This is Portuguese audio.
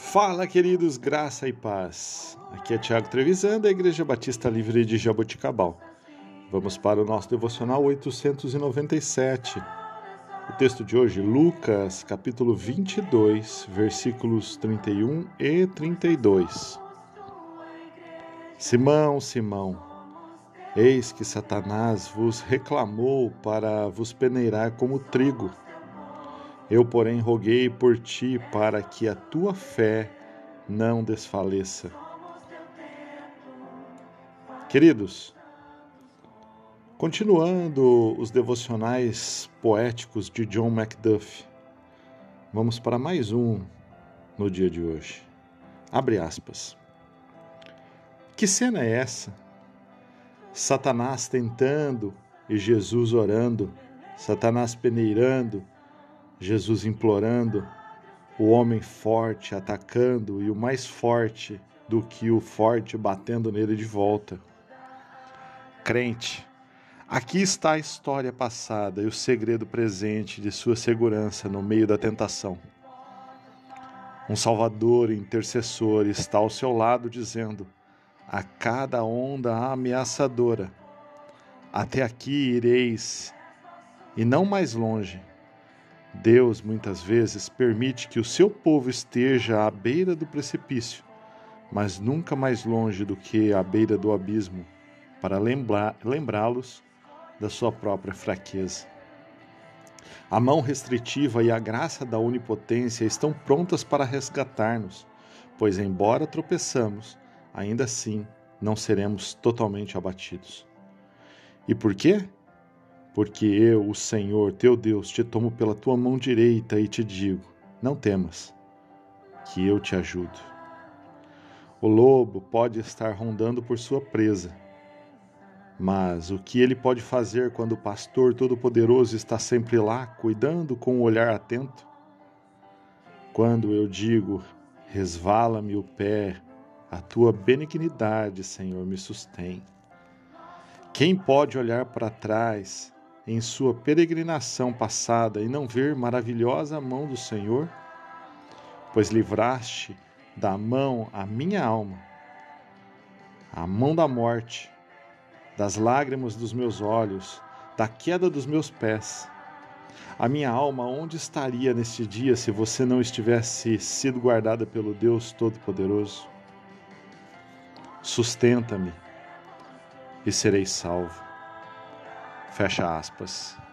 Fala, queridos, graça e paz. Aqui é Tiago Trevisan, da Igreja Batista Livre de Jaboticabal. Vamos para o nosso devocional 897. O texto de hoje, Lucas, capítulo 22, versículos 31 e 32. Simão, Simão, eis que Satanás vos reclamou para vos peneirar como trigo. Eu, porém, roguei por ti para que a tua fé não desfaleça. Queridos, continuando os devocionais poéticos de John Macduff, vamos para mais um no dia de hoje. Abre aspas. Que cena é essa? Satanás tentando e Jesus orando, Satanás peneirando, Jesus implorando, o homem forte atacando e o mais forte do que o forte batendo nele de volta. Crente, aqui está a história passada e o segredo presente de sua segurança no meio da tentação. Um Salvador intercessor está ao seu lado dizendo, a cada onda ameaçadora, até aqui ireis e não mais longe. Deus, muitas vezes, permite que o seu povo esteja à beira do precipício, mas nunca mais longe do que à beira do abismo, para lembrá-los da sua própria fraqueza. A mão restritiva e a graça da onipotência estão prontas para resgatar-nos, pois, embora tropeçamos, ainda assim não seremos totalmente abatidos. E por quê? Porque eu, o Senhor, teu Deus, te tomo pela tua mão direita e te digo, não temas, que eu te ajudo. O lobo pode estar rondando por sua presa, mas o que ele pode fazer quando o pastor todo-poderoso está sempre lá, cuidando com um olhar atento? Quando eu digo, resvala-me o pé, a tua benignidade, Senhor, me sustém. Quem pode olhar para trás em sua peregrinação passada e não ver maravilhosa mão do Senhor? Pois livraste da mão a minha alma, a mão da morte, das lágrimas dos meus olhos, da queda dos meus pés. A minha alma onde estaria neste dia se você não estivesse sido guardada pelo Deus Todo-Poderoso? Sustenta-me e serei salvo. Fecha aspas.